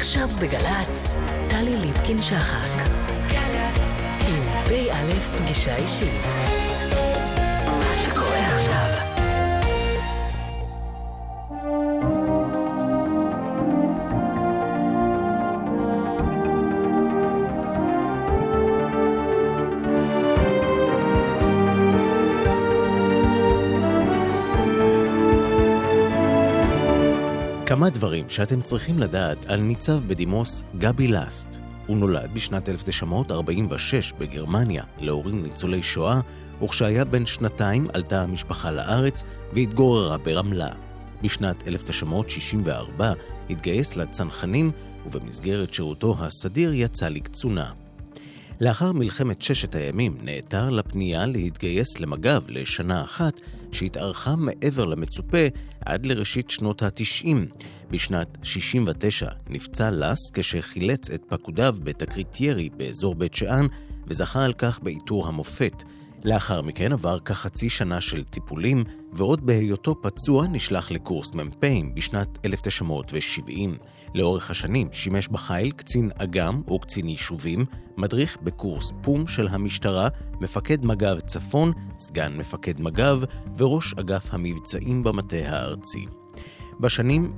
עכשיו בגלץ, טלי ליפקין-שחק. עם פ"א פגישה אישית. מה שקורה עכשיו. כמה דברים שאתם צריכים לדעת על ניצב בדימוס גבי לסט. הוא נולד בשנת 1946 בגרמניה להורים ניצולי שואה, וכשהיה בן 2 עלתה המשפחה לארץ והתגוררה ברמלה. בשנת 1964 התגייס לצנחנים, ובמסגרת שירותו הסדיר יצא לקצונה. לאחר מלחמת ששת הימים נעתר לפנייה להתגייס למג"ב לשנה אחת, שהתארכה מעבר למצופה עד לראשית שנות ה-90. בשנת 69 נפצע לס כשחילץ את פקודיו בתקרית ירי באזור בית שאן, וזכה על כך בעיטור המופת. לאחר מכן עבר כחצי שנה של טיפולים, ועוד בהיותו פצוע נשלח לקורס מ"פים בשנת 1970. לאורך השנים שימש בחיל קצין אגם או קצין יישובים, מדריך בקורס פום של המשטרה, מפקד מג"ב צפון, סגן מפקד מג"ב וראש אגף המבצעים במטה הארצי. בשנים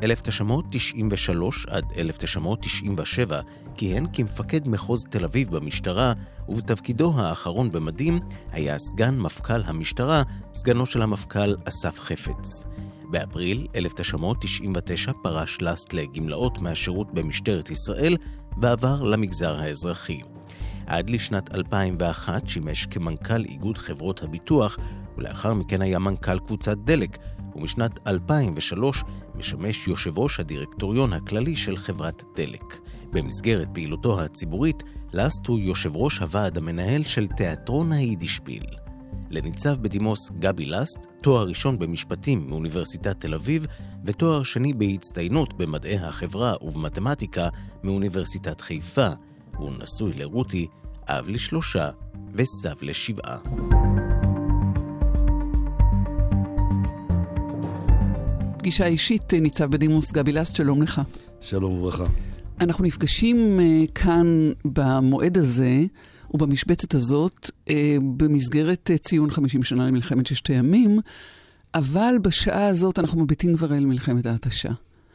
1993 עד 1997 כיהן כמפקד מחוז תל אביב במשטרה, ובתפקידו האחרון במדים היה סגן מפכ"ל המשטרה, סגנו של המפכ"ל אסף חפץ. באפריל 1999 פרש לסט לגמלאות מהשירות במשטרת ישראל ועבר למגזר האזרחי. עד לשנת 2001 שימש כמנכ"ל איגוד חברות הביטוח, ולאחר מכן היה מנכ"ל קבוצת דלק, ומשנת 2003 משמש יושב ראש הדירקטוריון הכללי של חברת דלק. במסגרת פעילותו הציבורית, לסט הוא יושב ראש הוועד המנהל של תיאטרון היידישפיל. לניצב בדימוס גבי לסט, תואר ראשון במשפטים מאוניברסיטת תל אביב, ותואר שני בהצטיינות במדעי החברה ובמתמטיקה מאוניברסיטת חיפה. הוא נשוי לרותי, אב ל3 וסב ל7. פגישה אישית, ניצב בדימוס גבי לסט, שלום לך. שלום וברכה. אנחנו נפגשים כאן במועד הזה ובמשבצת הזאת במסגרת ציון 50 שנה למלחמת ששת הימים, אבל בשעה הזאת אנחנו מביטים כבר אל מלחמת ההתשה.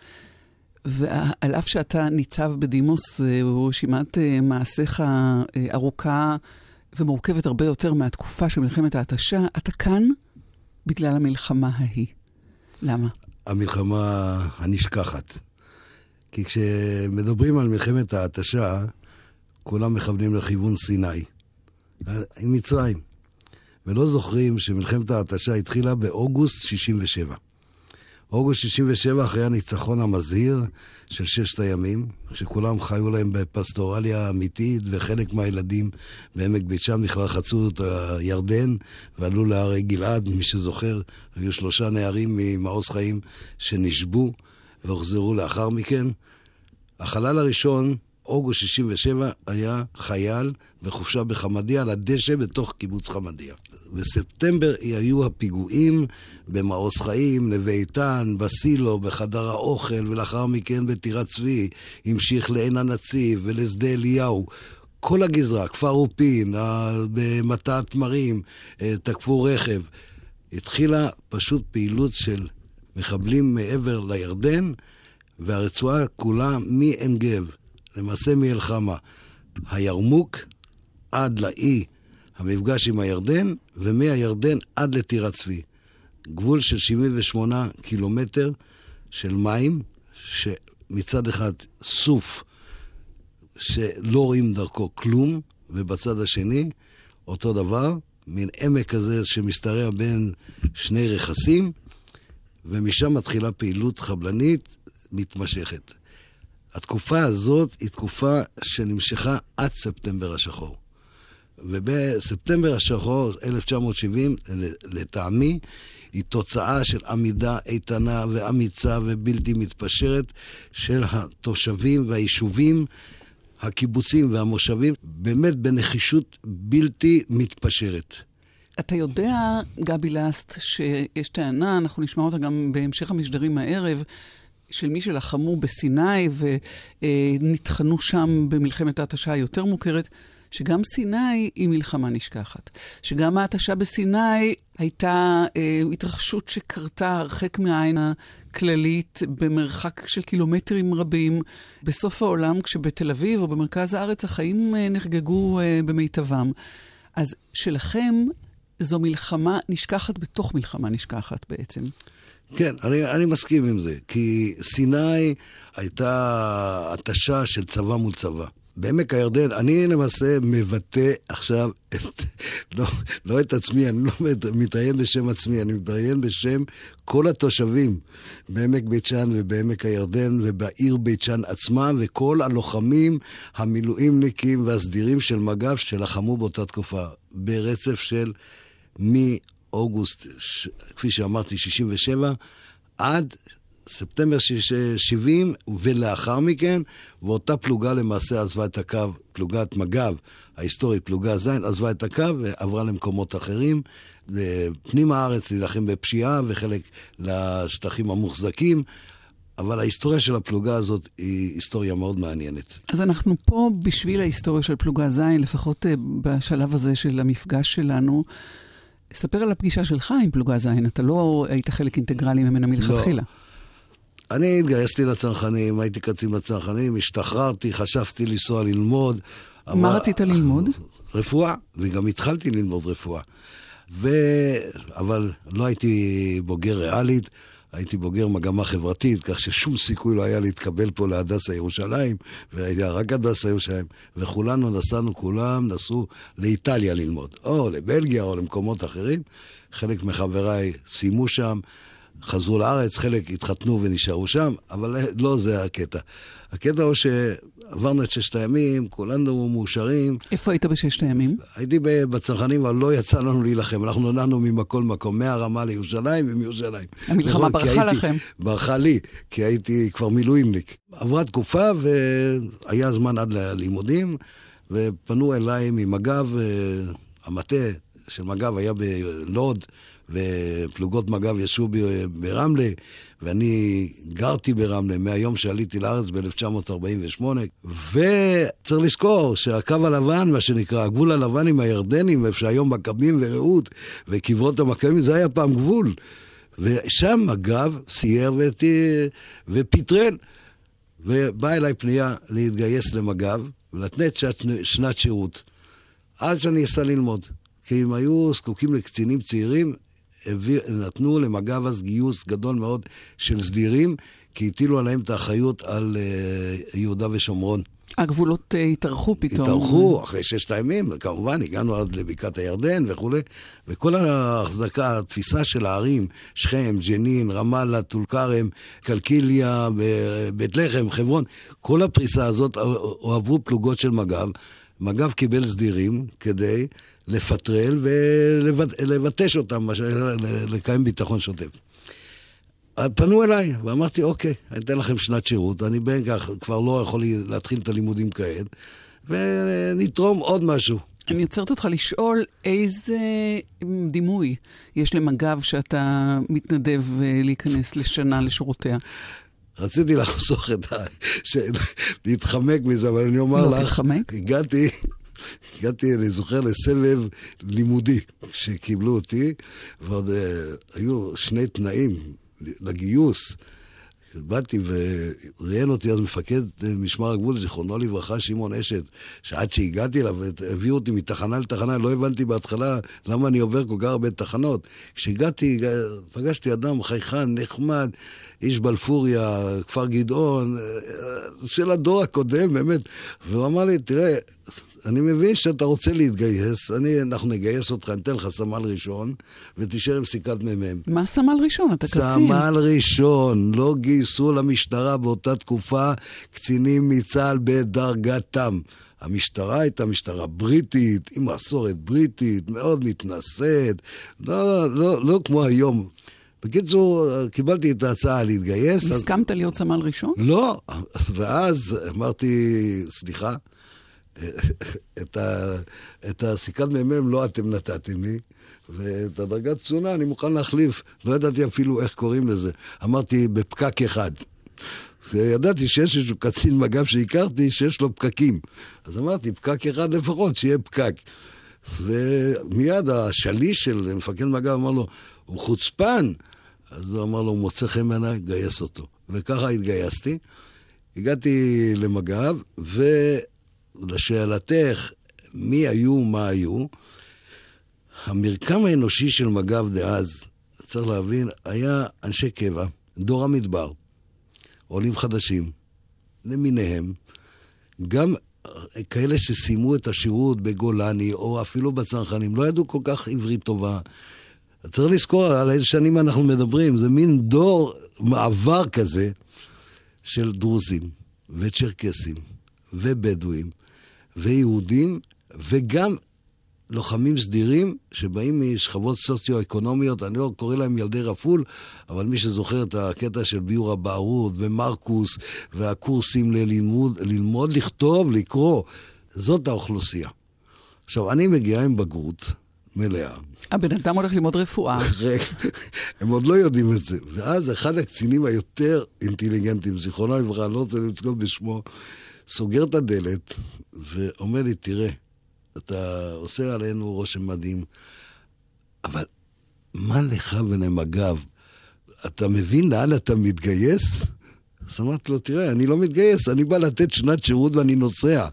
ועל אף שאתה ניצב בדימוס, רשימת מעשיך ארוכה ומורכבת הרבה יותר מהתקופה של מלחמת ההתשה, אתה כאן בגלל המלחמה ההיא. למה? המלחמה הנשכחת. כי כשמדברים על מלחמת ההתשה, כולם מכוונים לכיוון סיני, עם מצרים. ולא זוכרים שמלחמת ההתשה התחילה באוגוסט 67. אוגוסט 67 אחרי הניצחון המזהיר של ששת הימים, שכולם חיו להם בפסטורליה אמיתית, וחלק מהילדים בעמק בית שם בכלל חצו את הירדן, ועלו להרי גלעד, מי שזוכר, היו 3 נערים ממעוז חיים שנשבו, והוחזרו לאחר מכן. החלל הראשון, אוגוסט 67, היה חייל בחופשה בחמדיה על הדשא בתוך קיבוץ חמדיה. בספטמבר היו הפיגועים במעוז חיים, נווה איתן, בסילו, בחדר האוכל, ולאחר מכן בטירת צבי, המשיך לעין הנציב ולשדה אליהו. כל הגזרה, כפר אופין, במטע תמרים, תקפו רכב. התחילה פשוט פעילות של מחבלים מעבר לירדן, והרצועה כולה מעין גב. למעשה מאלחמה, הירמוק עד לאי המפגש עם הירדן, ומהירדן עד לטירת צבי. גבול של 78 קילומטר של מים, שמצד אחד סוף, שלא רואים דרכו כלום, ובצד השני, אותו דבר, מין עמק כזה שמסתרע בין שני רכסים, ומשם מתחילה פעילות חבלנית מתמשכת. התקופה הזאת היא תקופה שנמשכה עד ספטמבר השחור. ובספטמבר השחור, 1970, לטעמי, היא תוצאה של עמידה איתנה ואמיצה ובלתי מתפשרת של התושבים והיישובים, הקיבוצים והמושבים, באמת בנחישות בלתי מתפשרת. אתה יודע, גבי לסט, שיש טענה, אנחנו נשמע אותה גם בהמשך המשדרים הערב, של מי שלחמו בסיני ונתחנו שם במלחמת ההתשה היותר מוכרת, שגם סיני היא מלחמה נשכחת. שגם ההתשה בסיני הייתה התרחשות שקרתה הרחק מהעין הכללית, במרחק של קילומטרים רבים, בסוף העולם, כשבתל אביב או במרכז הארץ החיים נחגגו במיטבם. אז שלכם זו מלחמה נשכחת בתוך מלחמה נשכחת בעצם. כן, אני מסכים עם זה, כי סיני הייתה התשה של צבא מול צבא. בעמק הירדן, אני למעשה מבטא עכשיו, לא את עצמי, אני לא מתראיין בשם עצמי, אני מתראיין בשם כל התושבים בעמק בית שאן ובעמק הירדן ובעיר בית שאן עצמה, וכל הלוחמים, המילואימניקים והסדירים של מג"ב שלחמו באותה תקופה, ברצף של מאוגוסט, כפי שאמרתי, 67, עד ספטמבר 70, ולאחר מכן, ואותה פלוגה למעשה עזבה את הקו, פלוגת מג"ב, ההיסטורית פלוגה זין, עזבה את הקו ועברה למקומות אחרים, לפנים הארץ להילחם בפשיעה וחלק לשטחים המוחזקים, אבל ההיסטוריה של הפלוגה הזאת היא היסטוריה מאוד מעניינת. אז אנחנו פה בשביל ההיסטוריה של פלוגה זין, לפחות בשלב הזה של המפגש שלנו. ספר על הפגישה שלך עם פלוגה זין, אתה לא היית חלק אינטגרלי ממנה מלכתחילה. לא. אני התגייסתי לצנחנים, הייתי קצין לצנחנים, השתחררתי, חשבתי לנסוע ללמוד. מה רצית ללמוד? רפואה, וגם התחלתי ללמוד רפואה. אבל לא הייתי בוגר ריאלית, הייתי בוגר מגמה חברתית, כך ששום סיכוי לא היה להתקבל פה להדסה ירושלים, והיה רק הדסה ירושלים, וכולנו נסעו לאיטליה ללמוד, או לבלגיה או למקומות אחרים. חלק מחבריי סיימו שם, חזרו לארץ, חלק התחתנו ונשארו שם, אבל לא זה הקטע. הקטע הוא שעברנו את 6 הימים, כולנו מאושרים. איפה היית ב6 הימים? הייתי בצנחנים, אבל לא יצא לנו להילחם. אנחנו נענו ממכל מקום, מהרמה לירושלים ומירושלים. המלחמה ברחה לכם. ברחה לי, כי הייתי כבר מילואימניק. עברה תקופה והיה זמן עד ללימודים, ופנו אליי ממג"ב, המטה של מג"ב היה בלוד, ופלוגות מג"ב ישבו ברמלה, ואני גרתי ברמלה מהיום שעליתי לארץ ב-1948, וצריך לזכור שהקו הלבן, מה שנקרא, הגבול הלבן עם הירדנים, שהיום מכבים ורעות וקברות המכבים, זה היה פעם גבול. ושם מג"ב סייר ופטרל, ובא אליי פנייה להתגייס למג"ב, ולתנת שנת שירות, עד שאני אסע ללמוד. כי אם היו זקוקים לקצינים צעירים, נתנו למג"ב אז גיוס גדול מאוד של סדירים, כי הטילו עליהם את האחריות על יהודה ושומרון. הגבולות התארכו פתאום. התארכו אחרי 6 הימים, כמובן הגענו עד לבקעת הירדן וכו'. וכל ההחזקה, התפיסה של הערים, שכם, ג'נין, רמאללה, טול כרם, קלקיליה, בית לחם, חברון, כל הפריסה הזאת עברו פלוגות של מג"ב. מג"ב קיבל סדירים כדי לפטרל ולבטש אותם, לקיים ביטחון שוטף. פנו אליי, ואמרתי, אוקיי, אני אתן לכם שנת שירות, אני בין כך כבר לא יכול להתחיל את הלימודים כעת, ונתרום עוד משהו. אני יוצרת אותך לשאול איזה דימוי יש למג"ב שאתה מתנדב להיכנס לשנה לשורותיה. רציתי לחסוך להתחמק מזה, אבל אני אומר לך, הגעתי, אני זוכר, לסבב לימודי שקיבלו אותי, ועוד היו 2 תנאים לגיוס. באתי וראיין אותי אז מפקד משמר הגבול, זיכרונו לברכה, שמעון אשת, שעד שהגעתי אליו, הביאו אותי מתחנה לתחנה, לא הבנתי בהתחלה למה אני עובר כל כך הרבה תחנות. כשהגעתי, פגשתי אדם חייכן, נחמד, איש בלפוריה, כפר גדעון, של הדור הקודם, באמת. והוא אמר לי, תראה, אני מבין שאתה רוצה להתגייס, אנחנו נגייס אותך, ניתן לך סמל ראשון, ותישאר עם סיכת ממם. מה סמל ראשון? אתה קצין. סמל ראשון, לא גייסו למשטרה באותה תקופה קצינים מצה"ל בדרגתם. המשטרה הייתה משטרה בריטית, עם מסורת בריטית, מאוד מתנשאת, לא כמו היום. בקיצור, קיבלתי את ההצעה להתגייס. הסכמת להיות סמל ראשון? לא, ואז אמרתי, סליחה, את הסיכת ממם לא אתם נתתם לי, ואת הדרגת קצונה אני מוכן להחליף. לא ידעתי אפילו איך קוראים לזה. אמרתי, בפקק אחד. ידעתי שיש איזשהו קצין מג"ב שהכרתי שיש לו פקקים. אז אמרתי, פקק אחד לפחות, שיהיה פקק. ומיד השליש של מפקד מג"ב אמר לו, הוא חוצפן. אז הוא אמר לו, הוא מוצא חן בעיניי, גייס אותו. וככה התגייסתי. הגעתי למג"ב, ולשאלתך, מי היו, מה היו, המרקם האנושי של מג"ב דאז, צריך להבין, היה אנשי קבע, דור המדבר, עולים חדשים, למיניהם, גם כאלה שסיימו את השירות בגולני, או אפילו בצנחנים, לא ידעו כל כך עברית טובה. צריך לזכור על איזה שנים אנחנו מדברים, זה מין דור מעבר כזה, של דרוזים, וצ'רקסים, ובדואים, ויהודים, וגם לוחמים סדירים שבאים משכבות סוציו-אקונומיות, אני לא קורא להם ילדי רפול, אבל מי שזוכר את הקטע של ביור הבערות ומרקוס והקורסים ללמוד, לכתוב, לקרוא, זאת האוכלוסייה. עכשיו, אני מגיע עם בגרות מלאה. הבן אדם הולך ללמוד רפואה. הם עוד לא יודעים את זה. ואז אחד הקצינים היותר אינטליגנטים, זיכרונו לברכה, אני לא רוצה לצקוב בשמו, סוגר את הדלת ואומר לי, תראה, אתה עושה עלינו רושם מדהים, אבל מה לך ולמג"ב? אתה מבין לאן אתה מתגייס? אז אמרתי לו, תראה, אני לא מתגייס, אני בא לתת שנת שירות ואני נוסע.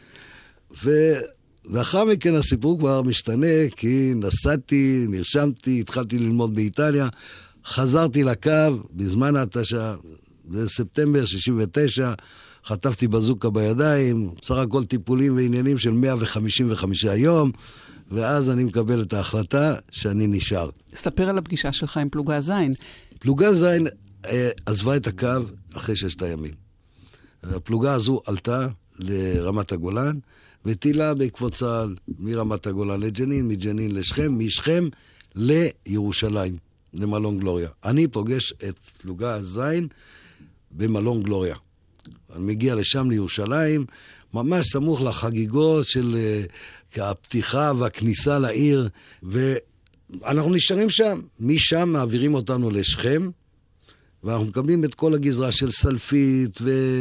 ולאחר מכן הסיפור כבר משתנה, כי נסעתי, נרשמתי, התחלתי ללמוד באיטליה, חזרתי לקו בזמן התשה, בספטמבר 69, חטפתי בזוקה בידיים, סך הכל טיפולים ועניינים של 155 יום, ואז אני מקבל את ההחלטה שאני נשאר. ספר על הפגישה שלך עם פלוגה זין. פלוגה זין עזבה את הקו אחרי 6 ימים. הפלוגה הזו עלתה לרמת הגולן, וטילה בעקבות צה"ל מרמת הגולן לג'נין, מג'נין לשכם, משכם לירושלים, למלון גלוריה. אני פוגש את פלוגה זין במלון גלוריה. אני מגיע לשם לירושלים, ממש סמוך לחגיגות של הפתיחה והכניסה לעיר, ואנחנו נשארים שם. משם מעבירים אותנו לשכם, ואנחנו מקבלים את כל הגזרה של סלפית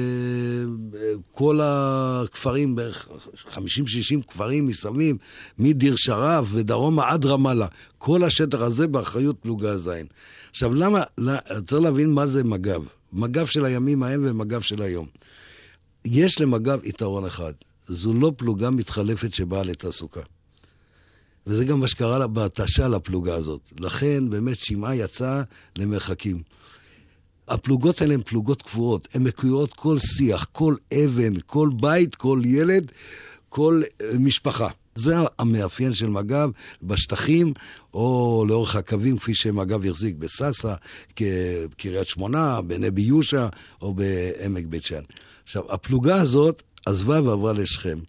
וכל הכפרים, 50-60 כפרים מסביב, מדיר שרף ודרומה עד רמאללה. כל השטח הזה באחריות פלוגה זין. עכשיו, צריך להבין מה זה מג"ב. מג"ב של הימים ההם ומג"ב של היום. יש למג"ב יתרון אחד. זו לא פלוגה מתחלפת שבאה לתעסוקה. וזה גם מה שקרה בתשה לפלוגה הזאת. לכן באמת שמעה יצאה למרחקים. הפלוגות האלה הן פלוגות קבועות. הן מקויות כל שיח, כל אבן, כל בית, כל ילד, כל משפחה. זה המאפיין של מג"ב בשטחים, או לאורך הקווים, כפי שמג"ב יחזיק בססה, כקריית שמונה, בנבי יושע, או בעמק בית שאן. עכשיו, הפלוגה הזאת עזבה ועברה לשכם.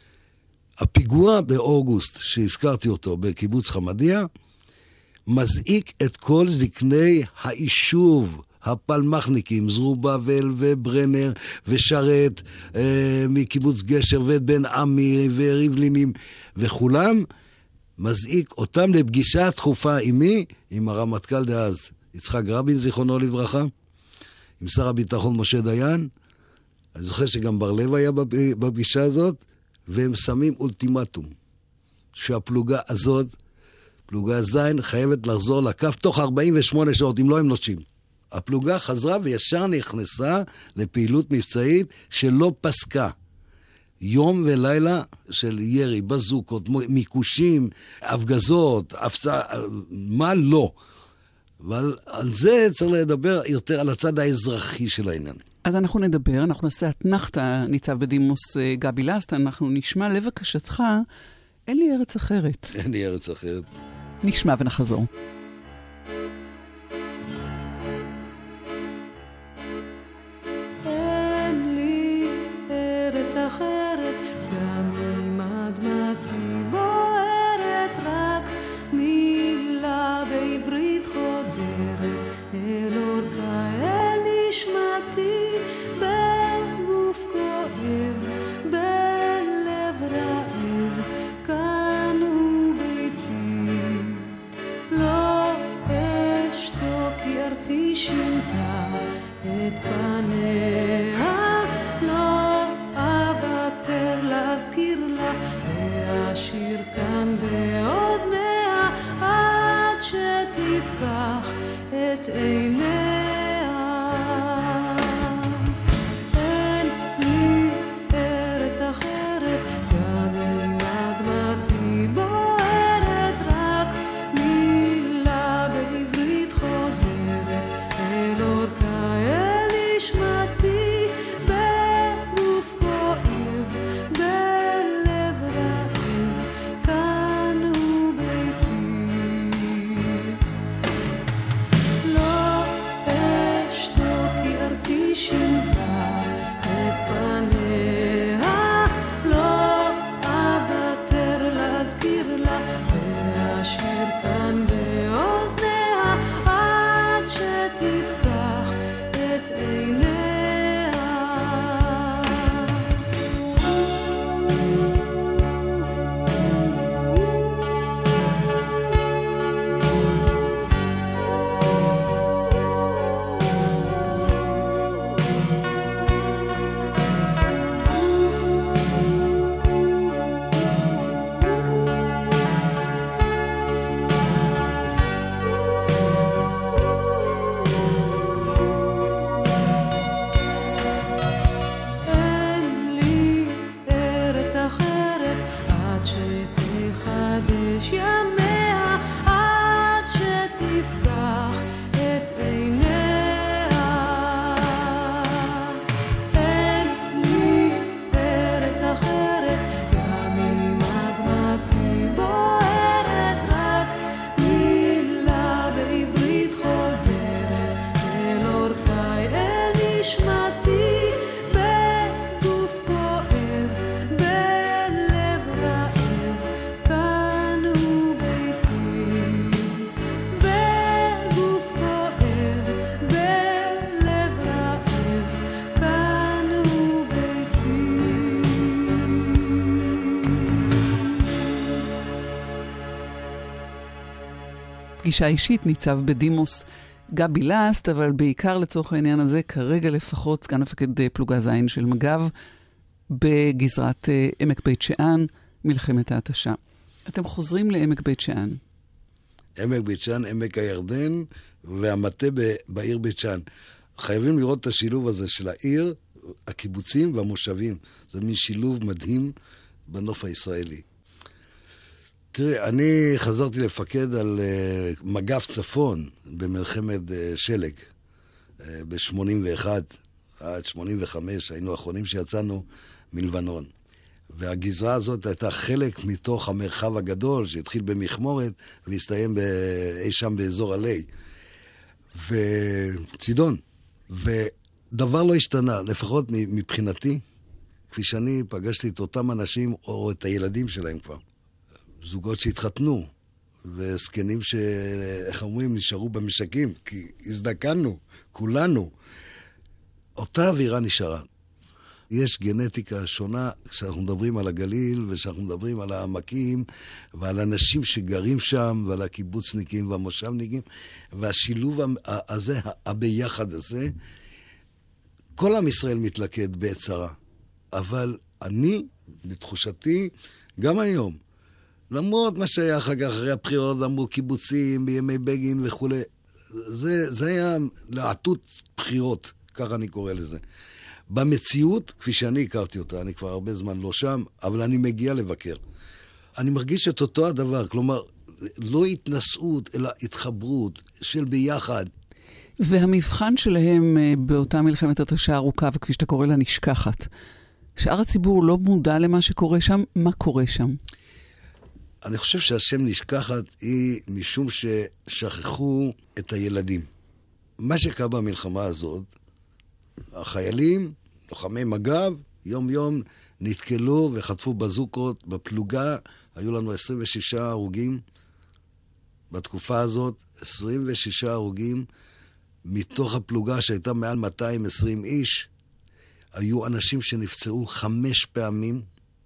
הפיגוע באוגוסט, שהזכרתי אותו בקיבוץ חמדיה, מזעיק את כל זקני היישוב, הפלמחניקים, זרובבל וברנר ושרת מקיבוץ גשר ובן עמי וריבלינים וכולם, מזעיק אותם לפגישה דחופה עם מי? עם הרמטכ"ל דאז, יצחק רבין, זיכרונו לברכה, עם שר הביטחון משה דיין. אני זוכר שגם בר לב היה בפגישה הזאת, והם שמים אולטימטום, שהפלוגה הזאת, פלוגה זין, חייבת לחזור לקו תוך 48 שעות, אם לא הם נוטשים. הפלוגה חזרה וישר נכנסה לפעילות מבצעית שלא פסקה. יום ולילה של ירי, בזוקות, מיקושים, הפגזות, מה לא. אבל על זה צריך לדבר יותר על הצד האזרחי של העניין. אז אנחנו נדבר, אנחנו נעשה אתנחתא, ניצב בדימוס גבי לסט, אנחנו נשמע לבקשתך, אין לי ארץ אחרת. אין לי ארץ אחרת. נשמע ונחזור. לא פגישה אישית ניצב בדימוס גבי לסט, אבל בעיקר לצורך העניין הזה, כרגע לפחות סגן מפקד פלוגה זין של מג"ב, בגזרת עמק בית שאן, מלחמת ההתשה. אתם חוזרים לעמק בית שאן. עמק בית שאן, עמק הירדן, והמטה בעיר בית שאן. חייבים לראות את השילוב הזה של העיר, הקיבוצים והמושבים. זה מין שילוב מדהים בנוף הישראלי. תראה, אני חזרתי לפקד על מג"ב צפון במלחמת שלג ב-81 עד 85, היינו האחרונים שיצאנו מלבנון. והגזרה הזאת הייתה חלק מתוך המרחב הגדול שהתחיל במכמורת והסתיים אי שם באזור עלי וצידון. ודבר לא השתנה, לפחות מבחינתי, כפי שאני פגשתי את אותם אנשים או את הילדים שלהם כבר. זוגות שהתחתנו, וסקנים איך אומרים, נשארו במשקים, כי הזדקנו, כולנו. אותה אווירה נשארה. יש גנטיקה שונה כשאנחנו מדברים על הגליל, וכשאנחנו מדברים על העמקים, ועל אנשים שגרים שם, ועל הקיבוצניקים והמושבניקים, והשילוב הזה, הביחד הזה, כל עם ישראל מתלכד בצרה. אבל אני, בתחושתי, גם היום, למרות מה שהיה אחר כך, אחרי הבחירות, אמרו קיבוצים, בימי בגין וכו', זה היה לעתות בחירות, ככה אני קורא לזה. במציאות, כפי שאני הכרתי אותה, אני כבר הרבה זמן לא שם, אבל אני מגיע לבקר. אני מרגיש את אותו הדבר, כלומר, לא התנסות, אלא התחברות של ביחד. והמבחן שלהם באותה מלחמת התשה ארוכה, וכפי שאתה קורא לה נשכחת. שאר הציבור לא מודע למה שקורה שם, מה קורה שם? אני חושב שהשם נשכחת היא משום ששכחו את הילדים. מה שקרה במלחמה הזאת, החיילים, לוחמי מג"ב, יום יום נתקלו וחטפו בזוקות בפלוגה. היו לנו 26 הרוגים בתקופה הזאת, 26 הרוגים מתוך הפלוגה שהייתה מעל 220 איש. היו אנשים שנפצעו 5 פעמים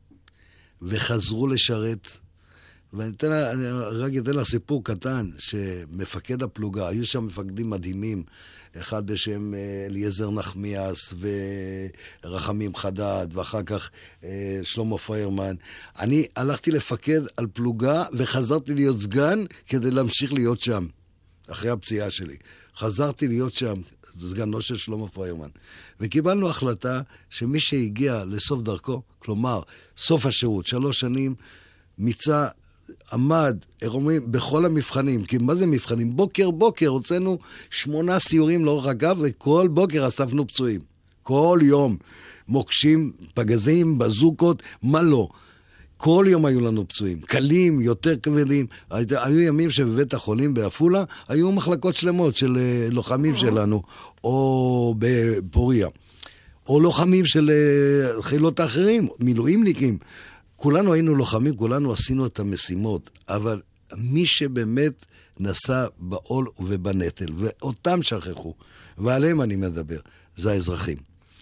וחזרו לשרת. ואני רק אתן לה סיפור קטן, שמפקד הפלוגה, היו שם מפקדים מדהימים, אחד בשם אליעזר נחמיאס ורחמים חדד, ואחר כך שלמה פיירמן. אני הלכתי לפקד על פלוגה וחזרתי להיות סגן כדי להמשיך להיות שם, אחרי הפציעה שלי. חזרתי להיות שם, סגנו של שלמה פיירמן. וקיבלנו החלטה שמי שהגיע לסוף דרכו, כלומר, סוף השירות, 3 שנים, מיצה, עמד, אומרים, בכל המבחנים. כי מה זה מבחנים? בוקר, הוצאנו 8 סיורים לאורך הקו, וכל בוקר אספנו פצועים. כל יום. מוקשים, פגזים, בזוקות, מה לא. כל יום היו לנו פצועים. קלים, יותר כבדים. היו ימים שבבית החולים באפולה, היו מחלקות שלמות של לוחמים שלנו, או בפוריה. או לוחמים של חילות האחרים, מילואימניקים. כולנו היינו לוחמים, כולנו עשינו את המשימות, אבל מי שבאמת נסע בעול ובנטל, ואותם שכחו, ועליהם אני מדבר, זה האזרחים.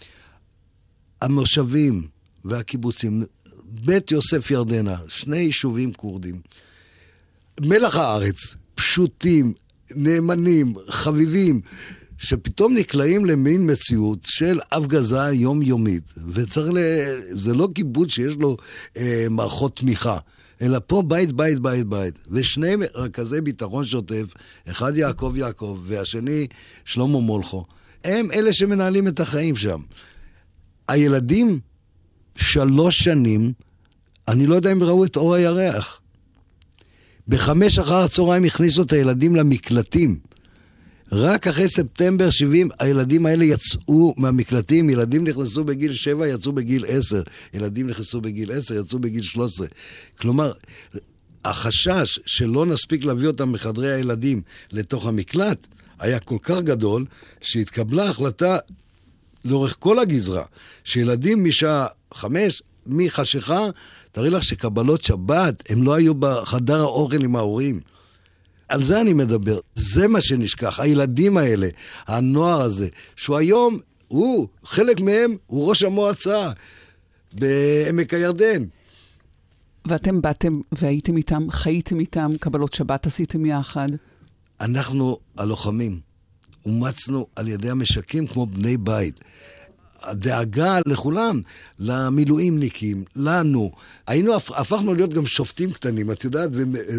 המושבים והקיבוצים, בית יוסף ירדנה, 2 יישובים קורדים, מלח הארץ, פשוטים, נאמנים, חביבים, שפתאום נקלעים למין מציאות של הפגזה יומיומית, זה לא קיבוץ שיש לו מערכות תמיכה, אלא פה בית, ושני רכזי ביטחון שוטף, אחד יעקב והשני שלמה מולכו, הם אלה שמנהלים את החיים שם. הילדים 3 שנים, אני לא יודע אם ראו את אור הירח. ב5 אחר הצהריים הכניסו את הילדים למקלטים. רק אחרי ספטמבר 70 הילדים האלה יצאו מהמקלטים, ילדים נכנסו בגיל 7, יצאו בגיל 10, ילדים נכנסו בגיל 10, יצאו בגיל 13. כלומר, החשש שלא נספיק להביא אותם מחדרי הילדים לתוך המקלט, היה כל כך גדול, שהתקבלה החלטה לאורך כל הגזרה, שילדים משעה 5, מחשיכה, תראי לך שקבלות שבת, הם לא היו בחדר האוכל עם ההורים. על זה אני מדבר, זה מה שנשכח, הילדים האלה, הנוער הזה, שהוא היום, חלק מהם הוא ראש המועצה בעמק הירדן. ואתם באתם והייתם איתם, חייתם איתם, קבלות שבת עשיתם יחד? אנחנו, הלוחמים, אומצנו על ידי המשקים כמו בני בית. הדאגה לכולם, למילואימניקים, לנו. הפכנו להיות גם שופטים קטנים, את יודעת,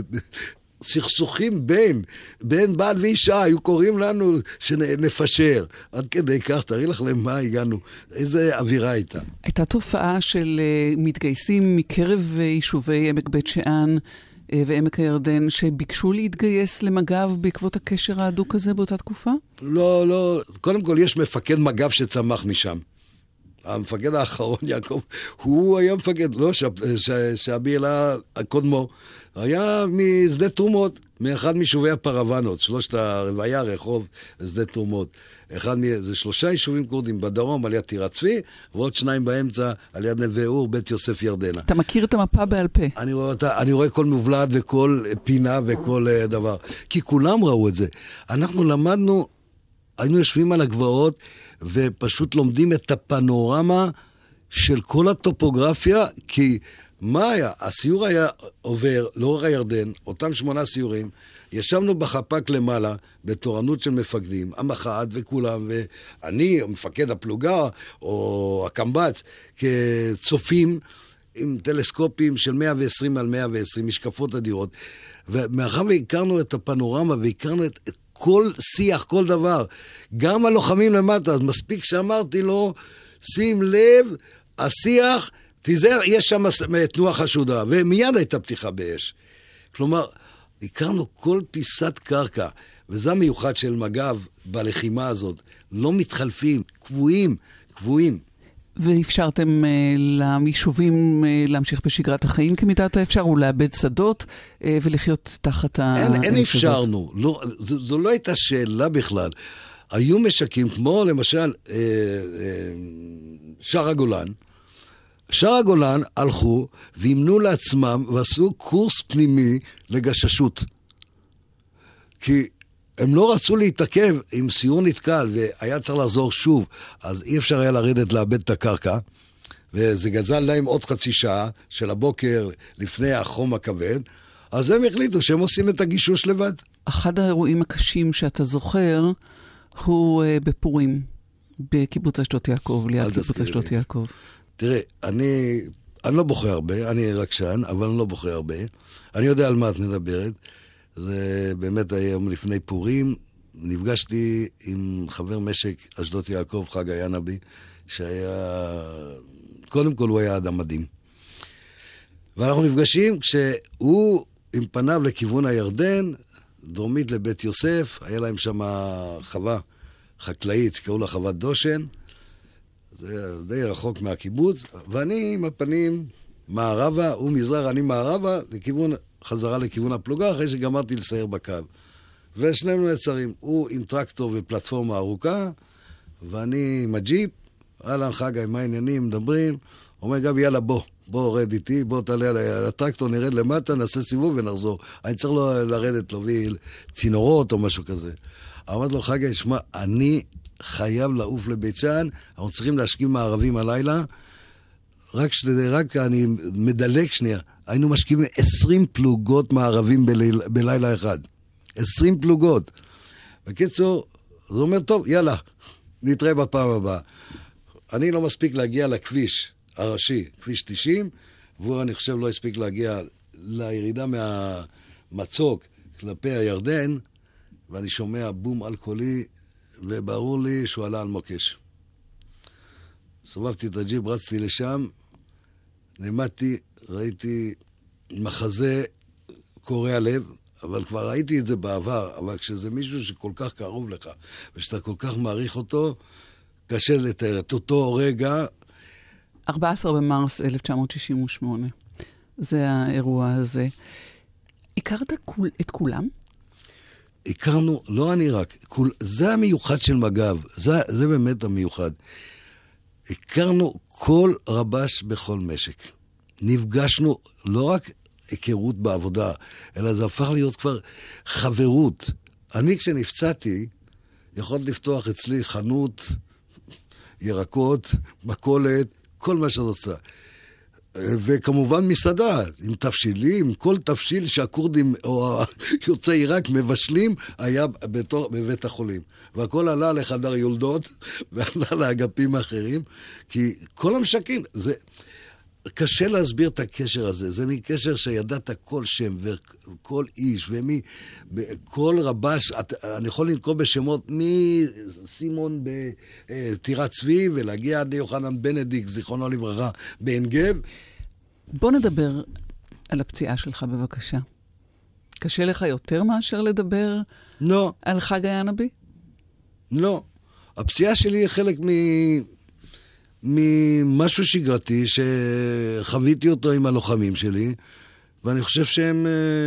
סכסוכים בין בעל ואישה, היו קוראים לנו שנפשר. עד כדי כך, תראי לך למה הגענו, איזה אווירה הייתה. הייתה תופעה של מתגייסים מקרב יישובי עמק בית שאן ועמק הירדן, שביקשו להתגייס למג"ב בעקבות הקשר ההדוק הזה באותה תקופה? לא. קודם כל, יש מפקד מג"ב שצמח משם. המפקד האחרון, יעקב, הוא היה מפקד, לא, שאבי אללה הקודמו, היה משדה תרומות, מאחד מיישובי הפרוונות, שלושת הרבעיה, רחוב, שדה תרומות. זה 3 יישובים קורדים בדרום, על יד טירת צבי, ועוד 2 באמצע, על יד נווה אור, בית יוסף ירדנה. אתה מכיר את המפה בעל פה? אני רואה כל מבלד וכל פינה וכל דבר. כי כולם ראו את זה. אנחנו למדנו, היינו יושבים על הגבעות, ופשוט לומדים את הפנורמה של כל הטופוגרפיה, כי מה היה? הסיור היה עובר לאורך הירדן, אותם 8 סיורים, ישבנו בחפ"ק למעלה, בתורנות של מפקדים, המח"ט וכולם, ואני, מפקד הפלוגה, או הקמב"ץ, כצופים עם טלסקופים של 120 על 120, משקפות אדירות, ומאחר והכרנו את הפנורמה, והכרנו את כל שיח, כל דבר, גם הלוחמים למטה, אז מספיק שאמרתי לו, שים לב, השיח, תיזהר, יש שם תנועה חשודה, ומיד הייתה פתיחה באש. כלומר, הכרנו כל פיסת קרקע, וזה המיוחד של מג"ב בלחימה הזאת, לא מתחלפים, קבועים. ואפשרתם ליישובים להמשיך בשגרת החיים כמידת האפשר, ולאבד שדות ולחיות תחת אין אפשרנו. זו לא הייתה שאלה בכלל. היו משקים כמו למשל שער הגולן. שער הגולן הלכו וימנו לעצמם ועשו קורס פנימי לגששות. כי הם לא רצו להתעכב אם סיור נתקל והיה צריך לחזור שוב, אז אי אפשר היה לרדת לאבד את הקרקע, וזה גזל להם עוד חצי שעה של הבוקר לפני החום הכבד, אז הם החליטו שהם עושים את הגישוש לבד. אחד האירועים הקשים שאתה זוכר הוא בפורים, בקיבוץ אשדות יעקב, ליד קיבוץ אשדות יעקב. תראה, אני לא בוחר הרבה, אני רגשן, אבל אני לא בוחר הרבה. אני יודע על מה את מדברת. זה באמת היום לפני פורים, נפגשתי עם חבר משק אשדות יעקב, חג הינבי, שהיה, קודם כל הוא היה אדם מדהים. ואנחנו נפגשים כשהוא עם פניו לכיוון הירדן, דרומית לבית יוסף, היה להם שם חווה חקלאית שקראו לה חוות דושן, זה די רחוק מהקיבוץ, ואני עם הפנים מערבה, הוא מזרח, אני מערבה, חזרה לכיוון הפלוגה, אחרי שגמרתי לסייר בקו. ושנינו נעצרים, הוא עם טרקטור ופלטפורמה ארוכה, ואני עם הג'יפ, אהלן חגי, מה העניינים, מדברים, אומר גבי, יאללה בוא רד איתי, בוא תעלה על הטרקטור, נרד למטה, נעשה סיבוב ונחזור. אני צריך לרדת, להוביל צינורות או משהו כזה. אמרתי לו, חגי, שמע, אני חייב לעוף לבית שאן, אנחנו צריכים להשכים מערבים הלילה, רק אני מדלק שנייה, היינו משקיעים 20 פלוגות מערבים בלילה אחד. 20 פלוגות. בקיצור, זה אומר, טוב, יאללה, נתראה בפעם הבאה. אני לא מספיק להגיע לכביש הראשי, כביש 90, והוא אני חושב לא הספיק להגיע לירידה מהמצוק כלפי הירדן, ואני שומע בום אלכוהולי, וברור לי שהוא עלה על מוקש. סובבתי את הג'יפ, רצתי לשם, נעמדתי, ראיתי מחזה קורע לב, אבל כבר ראיתי את זה בעבר, אבל כשזה מישהו שכל כך קרוב לך, ושאתה כל כך מעריך אותו, קשה לתאר את אותו רגע. 14 במרס 1968, זה האירוע הזה. הכרת את כולם? הכרנו, לא אני רק, זה המיוחד של מג"ב, זה באמת המיוחד. הכרנו כל רבש בכל משק. נפגשנו לא רק היכרות בעבודה, אלא זה הפך להיות כבר חברות. אני כשנפצעתי, יכולת לפתוח אצלי חנות, ירקות, מכולת, כל מה שאת רוצה. וכמובן מסעדה, עם תבשילים, כל תבשיל שהכורדים או יוצאי עיראק מבשלים היה בבית החולים. והכל עלה לחדר יולדות ועלה לאגפים האחרים, כי כל המשקים, זה קשה להסביר את הקשר הזה. זה מקשר שידעת כל שם וכל איש כל רבש, אני יכול לנקוב בשמות מסימון בטירת צבי ולהגיע עד יוחנן בנדיק, זיכרונו לברכה, בעין גב. בוא נדבר על הפציעה שלך בבקשה. קשה לך יותר מאשר לדבר על חג הינבי? לא. הפציעה שלי היא חלק ממשהו שגרתי שחוויתי אותו עם הלוחמים שלי, ואני חושב שהם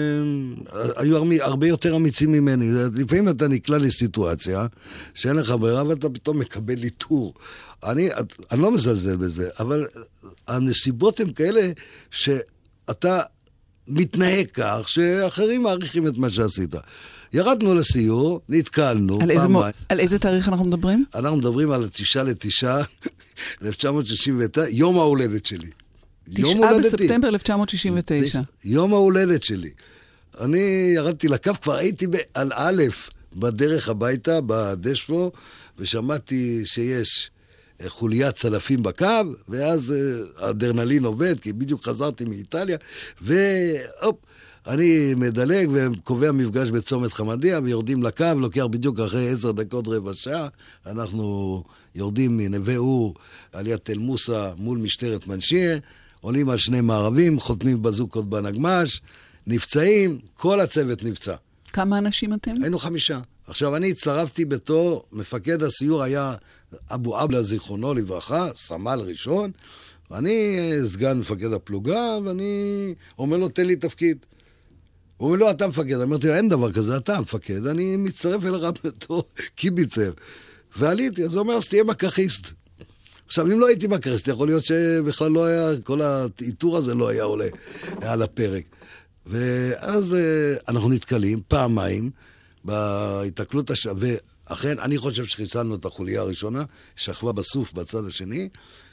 היו הרבה יותר אמיצים ממני. לפעמים אתה נקלע לסיטואציה שאין לך ברירה ואתה פתאום מקבל איתור. אני לא מזלזל בזה, אבל הנסיבות הן כאלה שאתה מתנהג כך שאחרים מעריכים את מה שעשית. ירדנו לסיור, נתקלנו. על איזה תאריך אנחנו מדברים? אנחנו מדברים על 9/9/1969, יום ההולדת שלי. 9 בספטמבר 1969. יום ההולדת שלי. אני ירדתי לקו, כבר הייתי על א' בדרך הביתה, בדשבו, ושמעתי שיש חוליית צלפים בקו, ואז האדרנלין עובד, כי בדיוק חזרתי מאיטליה, והופ, אני מדלג וקובע מפגש בצומת חמדיה, ויורדים לקו, לוקח בדיוק אחרי 10 דקות רבע שעה, אנחנו יורדים מנווה אור על יד תל מוסה מול משטרת מנשיה, עולים על 2 מערבים, חותמים בזוקות בנגמש, נפצעים, כל הצוות נפצע. כמה אנשים אתם? היינו 5. עכשיו, אני הצטרפתי בתור, מפקד הסיור היה אבו עבלה זיכרונו לברכה, סמל ראשון, ואני סגן מפקד הפלוגה, ואני אומר לו, תן לי תפקיד. הוא אומר לו, אתה מפקד. אני אמרתי, אין דבר כזה, אתה מפקד, אני מצטרף אליו בתור קיביצר. ועליתי, אז הוא אומר, אז תהיה מקחיסט. עכשיו, אם לא הייתי מקחיסט, יכול להיות שבכלל לא היה, כל האיתור הזה לא היה עולה על הפרק. ואז אנחנו נתקלים פעמיים בהתקלות ואכן, אני חושב שחיסלנו את החוליה הראשונה, שכבה בסוף בצד השני,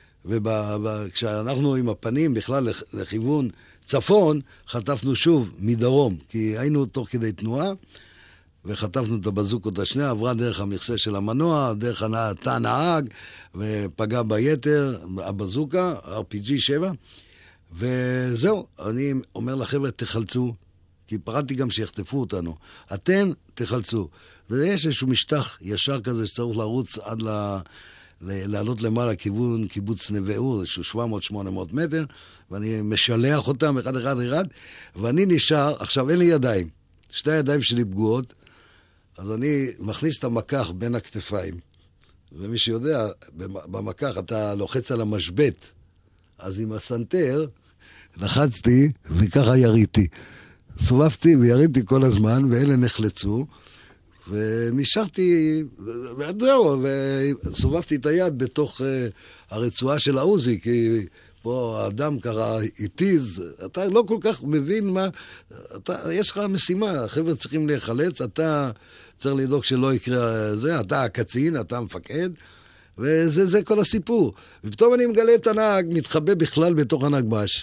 וכשאנחנו עם הפנים בכלל לכיוון צפון, חטפנו שוב מדרום, כי היינו תוך כדי תנועה, וחטפנו את הבזוקות השנייה, עברה דרך המכסה של המנוע, דרך תא הנהג, ופגע ביתר, הבזוקה, RPG 7, וזהו, אני אומר לחבר'ה, תחלצו, כי פרדתי גם שיחטפו אותנו. אתם תחלצו. ויש איזשהו משטח ישר כזה שצריך לרוץ עד לעלות למעלה כיוון קיבוץ נווה אור, איזשהו 700-800 מטר, ואני משלח אותם אחד, ואני נשאר, עכשיו אין לי ידיים, 2 ידיים שלי פגועות, אז אני מכניס את המקח בין הכתפיים. ומי שיודע, במקח אתה לוחץ על המשבט, אז עם הסנטר לחצתי וככה יריתי. סובבתי ויריתי כל הזמן, ואלה נחלצו, ונשארתי, וזהו, וסובבתי את היד בתוך הרצועה של העוזי, כי פה האדם קרא איטיז, אתה לא כל כך מבין מה, יש לך משימה, החבר'ה צריכים להיחלץ, אתה צריך לדאוג שלא יקרה זה, אתה הקצין, אתה המפקד, וזה כל הסיפור. ופתאום אני מגלה את הנהג, מתחבא בכלל בתוך הנגמש.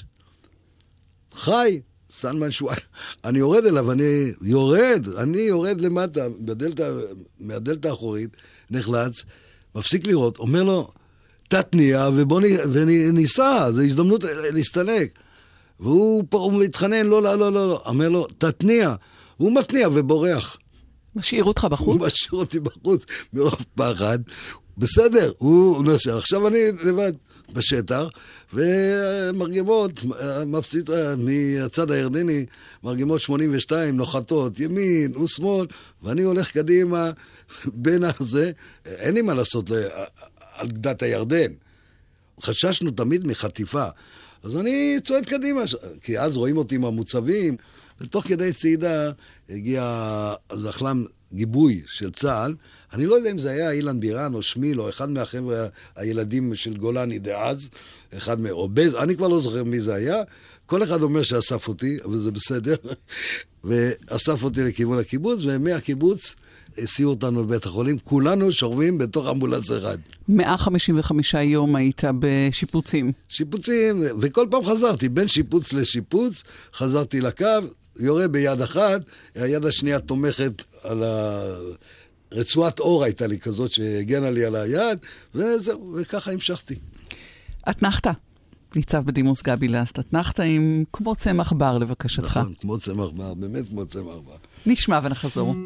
חי! סלמן שואל, אני יורד אליו, אני יורד למטה, מהדלת האחורית, נחלץ, מפסיק לראות, אומר לו, תתניע וניסע, זו הזדמנות להסתלק. והוא מתחנן, לא, אומר לו, תתניע, הוא מתניע ובורח. משאיר אותך בחוץ? הוא משאיר אותי בחוץ, מרוב פחד, בסדר, הוא נוסע, עכשיו אני לבד בשטח, ומרגמות, מפציץ מהצד הירדני, מרגמות 82, נוחתות, ימין ושמאל, ואני הולך קדימה בין הזה, אין לי מה לעשות על גדת הירדן. חששנו תמיד מחטיפה. אז אני צועד קדימה, כי אז רואים אותי עם המוצבים, ותוך כדי צעידה הגיע זחלם גיבוי של צה"ל, אני לא יודע אם זה היה אילן בירן או שמיל או אחד מהחבר'ה הילדים של גולני דאז, אני כבר לא זוכר מי זה היה, כל אחד אומר שאסף אותי, אבל זה בסדר. ואסף אותי לכיוון הקיבוץ, ומהקיבוץ הסיעו אותנו לבית החולים, כולנו שוכבים בתוך אמבולנס אחד. 155 יום היית בשיפוצים. שיפוצים, וכל פעם חזרתי, בין שיפוץ לשיפוץ, חזרתי לקו, יורה ביד אחת, היד השנייה תומכת על רצועת אור הייתה לי כזאת שהגנה לי על היד, וזהו, וככה המשכתי. אתנחתה, ניצב בדימוס גבי לסט, אתנחתה עם כמו צמח בר לבקשתך. נכון, כמו צמח בר, באמת כמו צמח בר. נשמע ונחזור.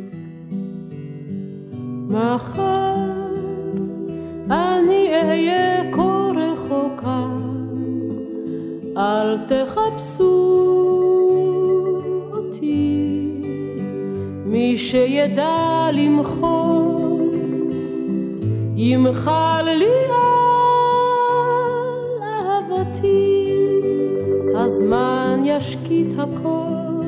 מחר אני אהיה כה רחוקה, אל תחפשו אותי, מי שידע למחול ימחל לי על אהבתי, הזמן ישקיט הכל,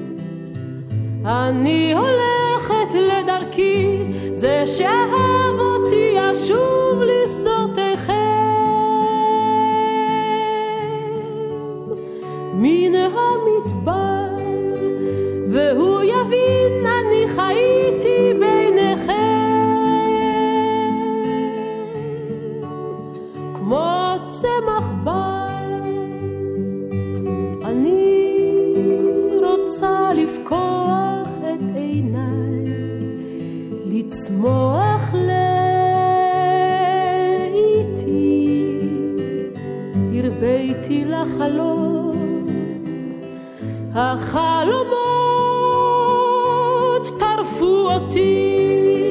אני הולכת לדרכי, זה שאהב אותי ישוב לשדותיכם, מן המדבר והוא יבין אני חייתי ביניכם, כמו צמח בר אני רוצה לפקוח את עיניי, לצמוח לאיתי, הרביתי לחלום, החלומות טרפו אותי,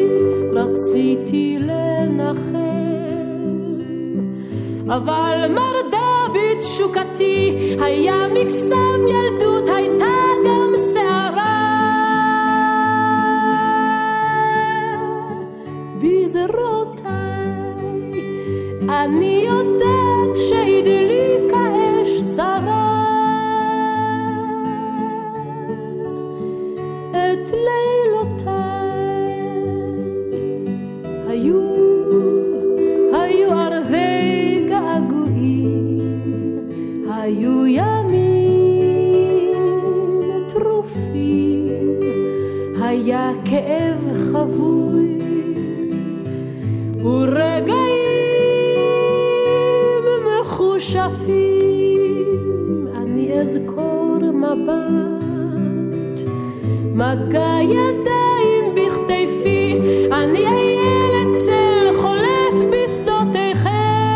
רציתי לנחם, אבל מרדה בתשוקתי, היה מקסם ילדות, הייתה גם שערה בזרועותיי, אני יודעת שהדליק האש זרה את לילותיי, היו ערבי געגועים, היו ימים טרופים, היה כאב חבוי ורגעים מחושפים, אני אזכור מבט, מגע ידיים בכתפי, אני הילד צל חולף בשדותיכם,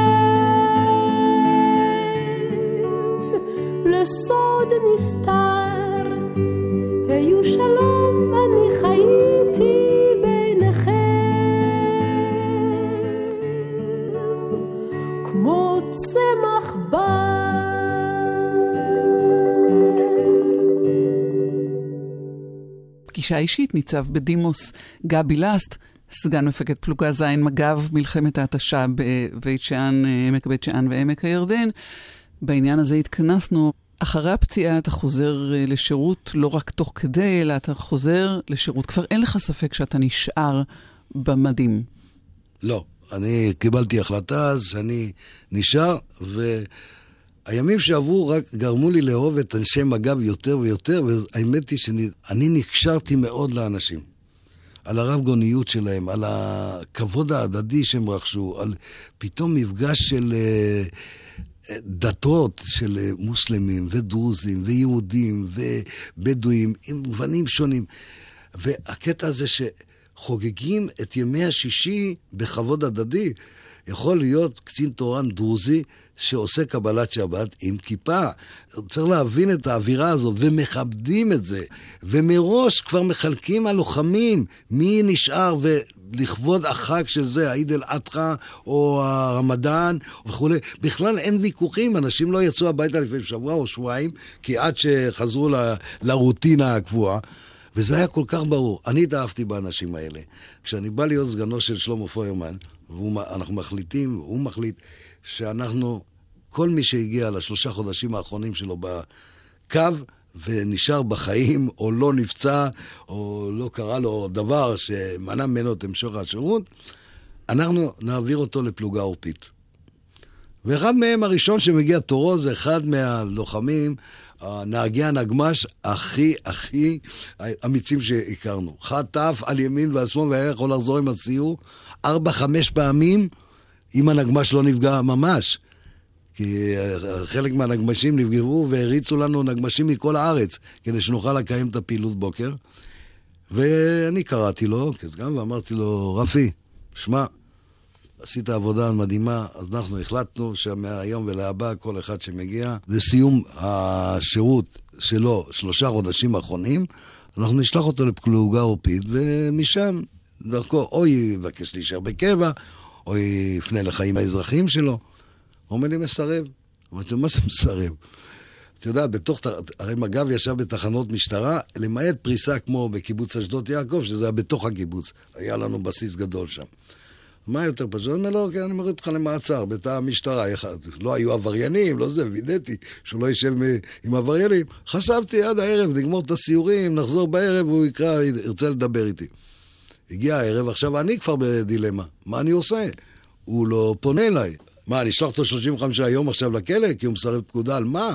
לסוד נסתר, היו שלום, אני חייתי ביניכם, כמו צמח בר. פגישה אישית, ניצב בדימוס גבי לסט, סגן מפקד פלוגה זין מג"ב, מלחמת ההתשה בבית שאן, עמק בית שאן ועמק הירדן. בעניין הזה התכנסנו. אחרי הפציעה אתה חוזר לשירות לא רק תוך כדי, אלא אתה חוזר לשירות. כבר אין לך ספק שאתה נשאר במדים. לא, אני קיבלתי החלטה אז שאני נשאר, והימים שעברו רק גרמו לי לאהוב את אנשי מג"ב יותר ויותר, והאמת היא שאני נקשרתי מאוד לאנשים. על הרב גוניות שלהם, על הכבוד ההדדי שהם רכשו, על פתאום מפגש של דתות של מוסלמים ודרוזים ויהודים ובדואים עם גוונים שונים. והקטע הזה שחוגגים את ימי השישי בכבוד הדדי, יכול להיות קצין תורן דרוזי שעושה קבלת שבת עם כיפה. צריך להבין את האווירה הזאת, ומכבדים את זה. ומראש כבר מחלקים הלוחמים, מי נשאר ולכבוד החג של זה, העיד אל אדחא או הרמדאן וכו'. בכלל אין ויכוחים, אנשים לא יצאו הביתה לפני שבוע או שבועיים, כי עד שחזרו לרוטינה הקבועה. וזה היה כל כך ברור. אני התאהבתי באנשים האלה. כשאני בא להיות סגנו של שלמה פוירמן, ואנחנו מחליטים, הוא מחליט, שאנחנו, כל מי שהגיע ל3 חודשים האחרונים שלו בקו, ונשאר בחיים, או לא נפצע, או לא קרה לו דבר שמנע ממנו את המשך השירות, אנחנו נעביר אותו לפלוגה עורפית. ואחד מהם הראשון שמגיע תורו זה אחד מהלוחמים, נהגי הנגמש הכי אמיצים שהכרנו. חטף על ימין ועל שמאל והיה יכול לחזור עם הסיור 4-5 פעמים אם הנגמש לא נפגע ממש. כי חלק מהנגמשים נפגעו והריצו לנו נגמשים מכל הארץ כדי שנוכל לקיים את הפעילות בוקר. ואני קראתי לו, כסגן, ואמרתי לו, רפי, שמע, עשית עבודה מדהימה, אז אנחנו החלטנו שמהיום ולהבא כל אחד שמגיע, לסיום השירות שלו 3 חודשים האחרונים, אנחנו נשלח אותו לפלוגה עורפית, ומשם דרכו או יבקש להישאר בקבע, או יפנה לחיים האזרחיים שלו. הוא אומר לי, מסרב. אמרתי לו, מה זה מסרב? אתה יודע, הרי מג"ב ישב בתחנות משטרה, למעט פריסה כמו בקיבוץ אשדות יעקב, שזה היה בתוך הקיבוץ. היה לנו בסיס גדול שם. מה יותר פשוט? אני אומר לו, כן, אני מראה אותך למעצר, בתא המשטרה. לא היו עבריינים, לא זה, וידאתי שהוא לא יישב עם עבריינים. חשבתי עד הערב, נגמור את הסיורים, נחזור בערב, והוא ירצה לדבר איתי. הגיע הערב, עכשיו אני כבר בדילמה. מה אני עושה? הוא לא פונה אליי. מה, אני אשלח אותו 35 יום עכשיו לכלא, כי הוא מסרב פקודה על מה?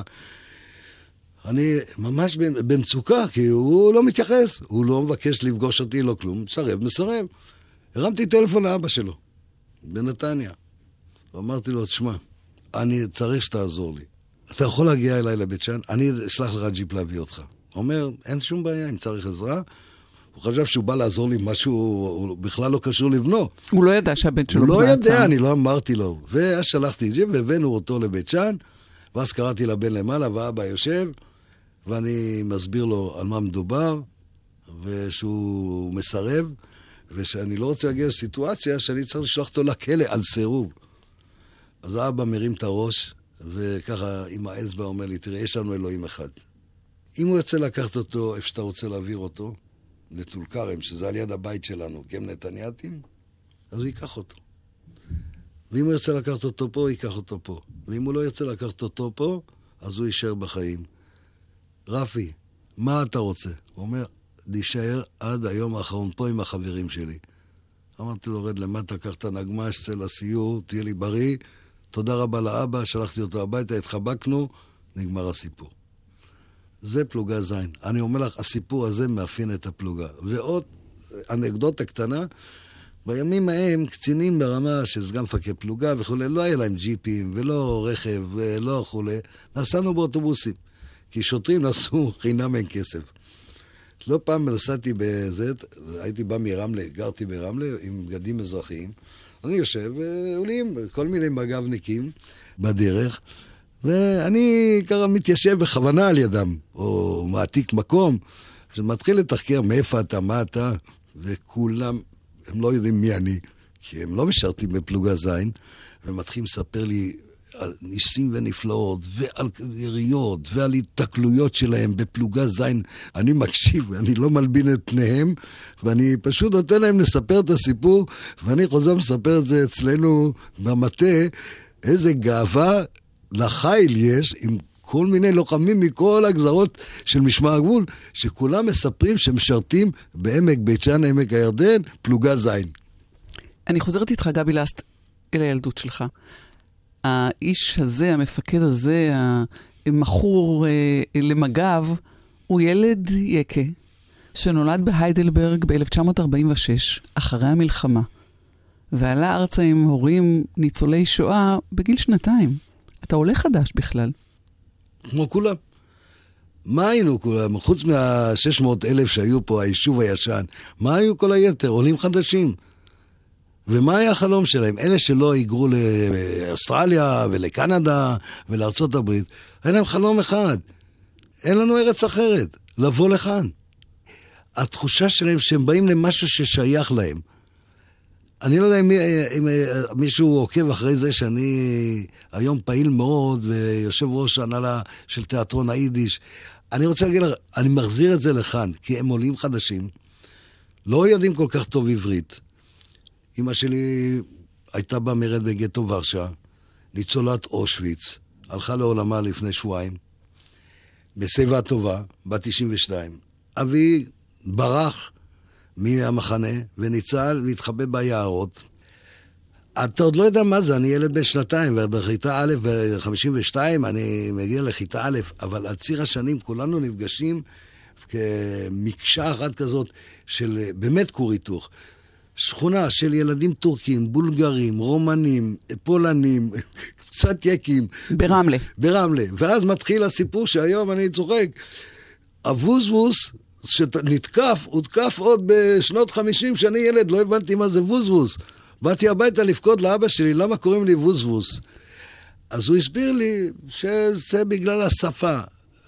אני ממש במצוקה, כי הוא לא מתייחס. הוא לא מבקש לפגוש אותי, לא כלום. מסרב. הרמתי טלפון לאבא שלו, בנתניה. ואמרתי לו, תשמע, אני צריך שתעזור לי. אתה יכול להגיע אליי לבית שאן? אני אשלח לך ג'יפ להביא אותך. הוא אומר, אין שום בעיה, אם צריך עזרה. הוא חשב שהוא בא לעזור לי משהו, הוא בכלל לא קשור לבנו. הוא לא ידע שהבית שלו הוא לא ידע, אני לא אמרתי לו. ואז שלחתי ג'יפ, והבאנו אותו לבית שאן, ואז קראתי לבן למעלה, ואבא יושב, ואני מסביר לו על מה מדובר, ושהוא מסרב, ושאני לא רוצה להגיע לסיטואציה שאני צריך לשלוח אותו לכלא על סירוב. אז האבא מרים את הראש, וככה עם האצבע אומר לי, תראה, יש לנו אלוהים אחד. אם הוא יוצא לקחת אותו, איפה שאתה רוצה להעביר אותו, לטול כרם, שזה על יד הבית שלנו, כי הם נתניאתים, אז הוא ייקח אותו. ואם הוא יוצא לקחת אותו פה, הוא ייקח אותו פה. ואם הוא לא יוצא לקחת אותו פה, אז הוא יישאר בחיים. רפי, מה אתה רוצה? הוא אומר, להישאר עד היום האחרון פה עם החברים שלי. אמרתי לו, רד למטה, קח את הנגמש, צא לסיור, תהיה לי בריא. תודה רבה לאבא, שלחתי אותו הביתה, התחבקנו, נגמר הסיפור. זה פלוגה זין. אני אומר לך, הסיפור הזה מאפיין את הפלוגה. ועוד אנקדוטה קטנה, בימים ההם קצינים ברמה של סגן מפקד פלוגה וכו', לא היה להם ג'יפים ולא רכב ולא וכו', נסענו באוטובוסים. כי שוטרים נסעו חינם אין כסף. לא פעם נסעתי בזה, הייתי בא מרמלה, גרתי ברמלה עם בגדים אזרחיים. אני יושב ועולים כל מיני מג"בניקים בדרך, ואני ככה מתיישב בכוונה על ידם, או מעתיק מקום, שמתחיל לתחקר מאיפה אתה, מה אתה, וכולם, הם לא יודעים מי אני, כי הם לא משרתים בפלוגה זין, ומתחילים לספר לי על ניסים ונפלאות, ועל יריות, ועל התקלויות שלהם בפלוגה זין. אני מקשיב, אני לא מלבין את פניהם, ואני פשוט נותן להם לספר את הסיפור, ואני חוזר מספר את זה אצלנו במטה, איזה גאווה לחיל יש, עם כל מיני לוחמים מכל הגזרות של משמר הגבול, שכולם מספרים שמשרתים בעמק בית שאן, עמק הירדן, פלוגה זין. אני חוזרת איתך, גבי לסט, אל הילדות שלך. האיש הזה, המפקד הזה, המחור למג"ב, הוא ילד יקה, שנולד בהיידלברג ב-1946, אחרי המלחמה, ועלה ארצה עם הורים ניצולי שואה בגיל 2. אתה עולה חדש בכלל. כמו כולם. מה היינו כולם? חוץ מה-600,000 שהיו פה, היישוב הישן, מה היו כל היתר? עולים חדשים. ומה היה החלום שלהם? אלה שלא היגרו לאוסטרליה ולקנדה ולארצות הברית, היה להם חלום אחד. אין לנו ארץ אחרת, לבוא לכאן. התחושה שלהם שהם באים למשהו ששייך להם. אני לא יודע אם מישהו עוקב אחרי זה שאני היום פעיל מאוד ויושב ראש הנהלה של תיאטרון היידיש. אני רוצה להגיד לך, אני מחזיר את זה לכאן, כי הם עולים חדשים, לא יודעים כל כך טוב עברית. אמא שלי הייתה במרד בגטו ורשה, ניצולת אושוויץ, הלכה לעולמה לפני שבועיים, בשיבה טובה, בת 92. אבי ברח מהמחנה וניצל והתחבא ביערות. אתה עוד לא יודע מה זה, אני ילד בן 2, ובכיתה א' ב-52 אני מגיע לכיתה א', אבל על ציר השנים כולנו נפגשים כמקשה אחת כזאת של באמת כור היתוך. שכונה של ילדים טורקים, בולגרים, רומנים, פולנים, קצת יקים. ברמלה. ברמלה. ואז מתחיל הסיפור שהיום אני צוחק. הווזווס שנתקף, הותקף עוד בשנות 50 שאני ילד, לא הבנתי מה זה ווזווס. באתי הביתה לפקוד לאבא שלי, למה קוראים לי ווזווס? אז הוא הסביר לי שזה בגלל השפה.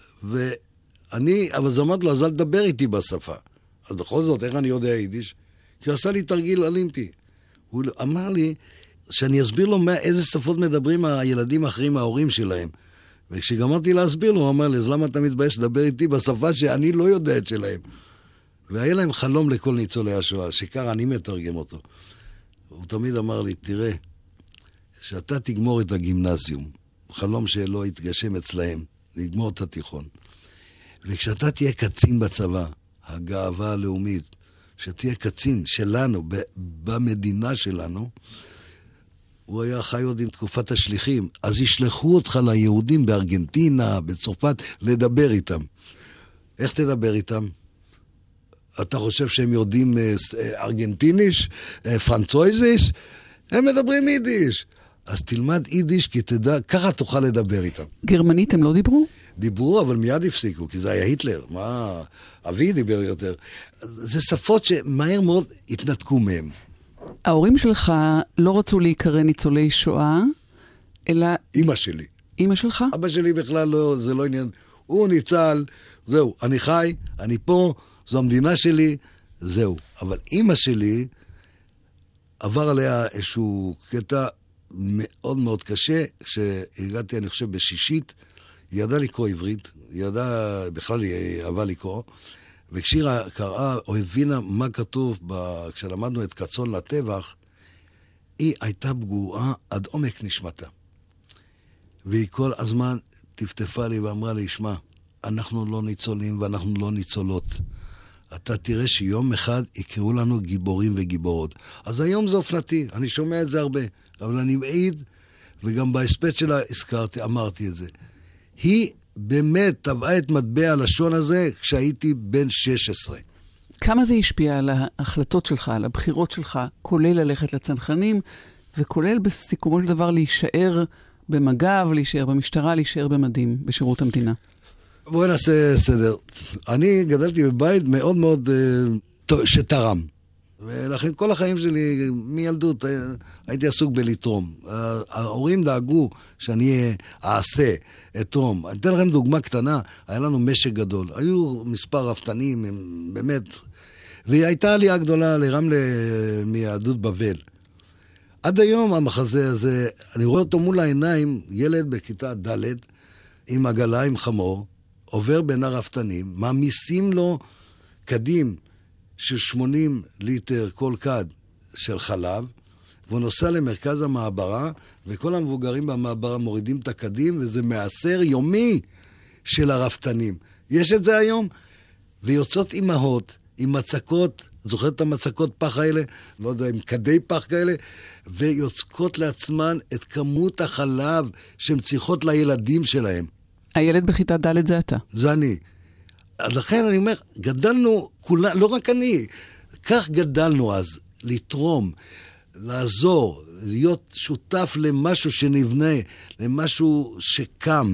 אבל אז אמרתי לו, אז אל תדבר איתי בשפה. אז בכל זאת, איך אני יודע יידיש? כי הוא עשה לי תרגיל אולימפי. הוא אמר לי שאני אסביר לו איזה שפות מדברים הילדים האחרים, ההורים שלהם. וכשגמרתי להסביר לו, הוא אמר לי, אז למה אתה מתבייש לדבר איתי בשפה שאני לא יודע את שלהם? והיה להם חלום לכל ניצולי השואה, שככה אני מתרגם אותו. הוא תמיד אמר לי, תראה, שאתה תגמור את הגימנזיום, חלום שלא יתגשם אצלהם, לגמור את התיכון. וכשאתה תהיה קצין בצבא, הגאווה הלאומית, שתהיה קצין שלנו, במדינה שלנו, הוא היה חי עוד עם תקופת השליחים, אז ישלחו אותך ליהודים בארגנטינה, בצרפת, לדבר איתם. איך תדבר איתם? אתה חושב שהם יודעים ארגנטיניש, פרנצויזיש? הם מדברים יידיש. אז תלמד יידיש, כי תדע, ככה תוכל לדבר איתם. גרמנית הם לא דיברו? דיברו, אבל מיד הפסיקו, כי זה היה היטלר. מה? אבי דיבר יותר. זה שפות שמהר מאוד התנתקו מהם. ההורים שלך לא רצו להיקרא ניצולי שואה, אלא... אמא שלי. אמא שלך? אבא שלי בכלל לא, זה לא עניין. הוא ניצל, זהו, אני חי, אני פה, זו המדינה שלי, זהו. אבל אמא שלי עבר עליה איזשהו קטע מאוד מאוד קשה, כשהגעתי, אני חושב, בשישית, היא ידעה לקרוא עברית, היא ידעה, בכלל היא אהבה לקרוא, וכשהיא קראה או הבינה מה כתוב כשלמדנו את קצון לטבח, היא הייתה פגועה עד עומק נשמתה. והיא כל הזמן טפטפה לי ואמרה לי, שמע, אנחנו לא ניצולים ואנחנו לא ניצולות. אתה תראה שיום אחד יקראו לנו גיבורים וגיבורות. אז היום זה אופנתי, אני שומע את זה הרבה, אבל אני מעיד, וגם בהספט שלה אמרתי את זה. היא באמת טבעה את מטבע הלשון הזה כשהייתי בן 16. כמה זה השפיע על ההחלטות שלך, על הבחירות שלך, כולל ללכת לצנחנים, וכולל בסיכומו של דבר להישאר במג"ב, להישאר במשטרה, להישאר במדים בשירות המדינה? בואי נעשה סדר. אני גדלתי בבית מאוד מאוד שתרם. ולכן כל החיים שלי, מילדות, הייתי עסוק בלתרום. ההורים דאגו שאני אעשה, אתרום. אני אתן לכם דוגמה קטנה, היה לנו משק גדול. היו מספר רפתנים, באמת. והייתה עלייה גדולה לרמלה מיהדות בבל. עד היום המחזה הזה, אני רואה אותו מול העיניים, ילד בכיתה ד' עם עגלה עם חמור, עובר בין הרפתנים, מעמיסים לו קדים של 80 ליטר כל כד של חלב, והוא נוסע למרכז המעברה, וכל המבוגרים במעברה מורידים את הקדים, וזה מעשר יומי של הרפתנים. יש את זה היום? ויוצאות אמהות עם מצקות, זוכרת את המצקות פח האלה? לא יודע, עם קדי פח כאלה, ויוצקות לעצמן את כמות החלב שהן צריכות לילדים שלהם. הילד בכיתה ד' זה אתה. זה אני. אז לכן אני אומר, גדלנו, לא רק אני, כך גדלנו אז, לתרום, לעזור, להיות שותף למשהו שנבנה, למשהו שקם.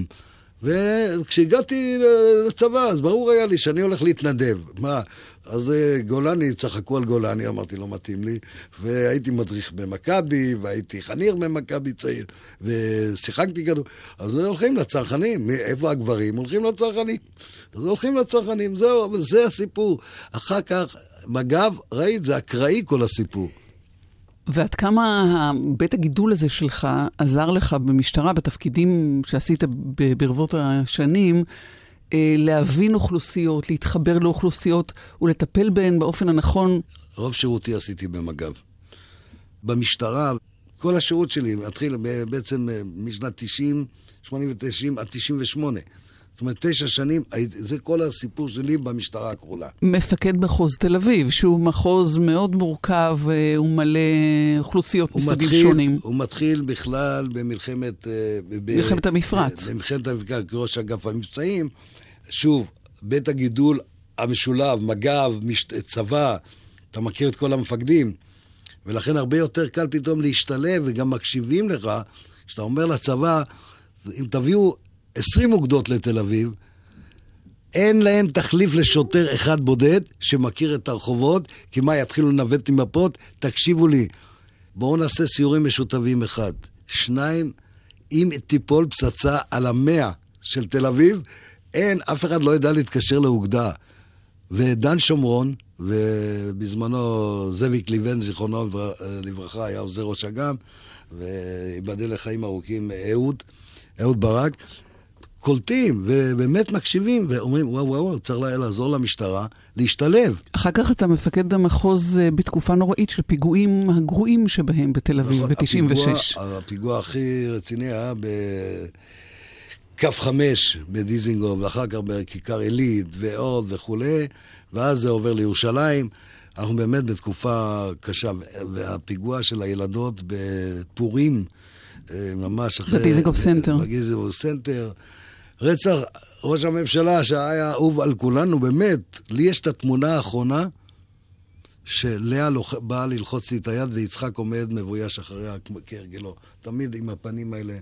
וכשהגעתי לצבא, אז ברור היה לי שאני הולך להתנדב. מה? אז גולני, צחקו על גולני, אמרתי, לא מתאים לי. והייתי מדריך במכבי, והייתי חניר במכבי צעיר, ושיחקתי כדור. אז הולכים לצרכנים. איפה הגברים? הולכים לצרכנים. אז הולכים לצרכנים, זהו, אבל זה הסיפור. אחר כך, מג"ב, ראית, זה אקראי כל הסיפור. ועד כמה בית הגידול הזה שלך עזר לך במשטרה, בתפקידים שעשית ברבות השנים, להבין אוכלוסיות, להתחבר לאוכלוסיות ולטפל בהן באופן הנכון? רוב שירותי עשיתי במג"ב. במשטרה, כל השירות שלי התחיל בעצם משנת 90, 89 עד 98. זאת אומרת, 9 שנים, זה כל הסיפור שלי במשטרה הכחולה. מפקד מחוז תל אביב, שהוא מחוז מאוד מורכב, הוא מלא אוכלוסיות מסוגים שונים. הוא מתחיל בכלל במלחמת... מלחמת המפרץ. במלחמת המפרץ, כראש אגף המבצעים. שוב, בית הגידול המשולב, מג"ב, צבא, אתה מכיר את כל המפקדים, ולכן הרבה יותר קל פתאום להשתלב, וגם מקשיבים לך, כשאתה אומר לצבא, אם תביאו 20 אוגדות לתל אביב, אין להם תחליף לשוטר אחד בודד שמכיר את הרחובות, כי מה, יתחילו לנווט עם מפות? תקשיבו לי, בואו נעשה סיורים משותפים 1. 2, אם תיפול פצצה על 100 של תל אביב, אין, אף אחד לא ידע להתקשר לאוגדה. ודן שומרון, ובזמנו זאביק ליבן, זיכרונו לברכה, היה עוזר ראש אג"ם, ויבדל לחיים ארוכים אהוד ברק, קולטים ובאמת מקשיבים ואומרים, וואו, צריך לעזור למשטרה להשתלב. אחר כך אתה מפקד המחוז בתקופה נוראית של פיגועים הגרועים שבהם בתל אביב, ב-96. הפיגוע הכי רציני היה בקו 5 בדיזינגוף, ואחר כך בכיכר עילית ועוד וכו', ואז זה עובר לירושלים. אנחנו באמת בתקופה קשה, והפיגוע של הילדות בפורים, ממש אחרי... בדיזינגוף סנטר. בדיזינגוף סנטר. רצח ראש הממשלה שהיה אהוב על כולנו, באמת. לי יש את התמונה האחרונה, שלאה באה ללחוץ לי את היד, ויצחק עומד מבויש אחריה כהרגלו. תמיד עם הפנים האלה,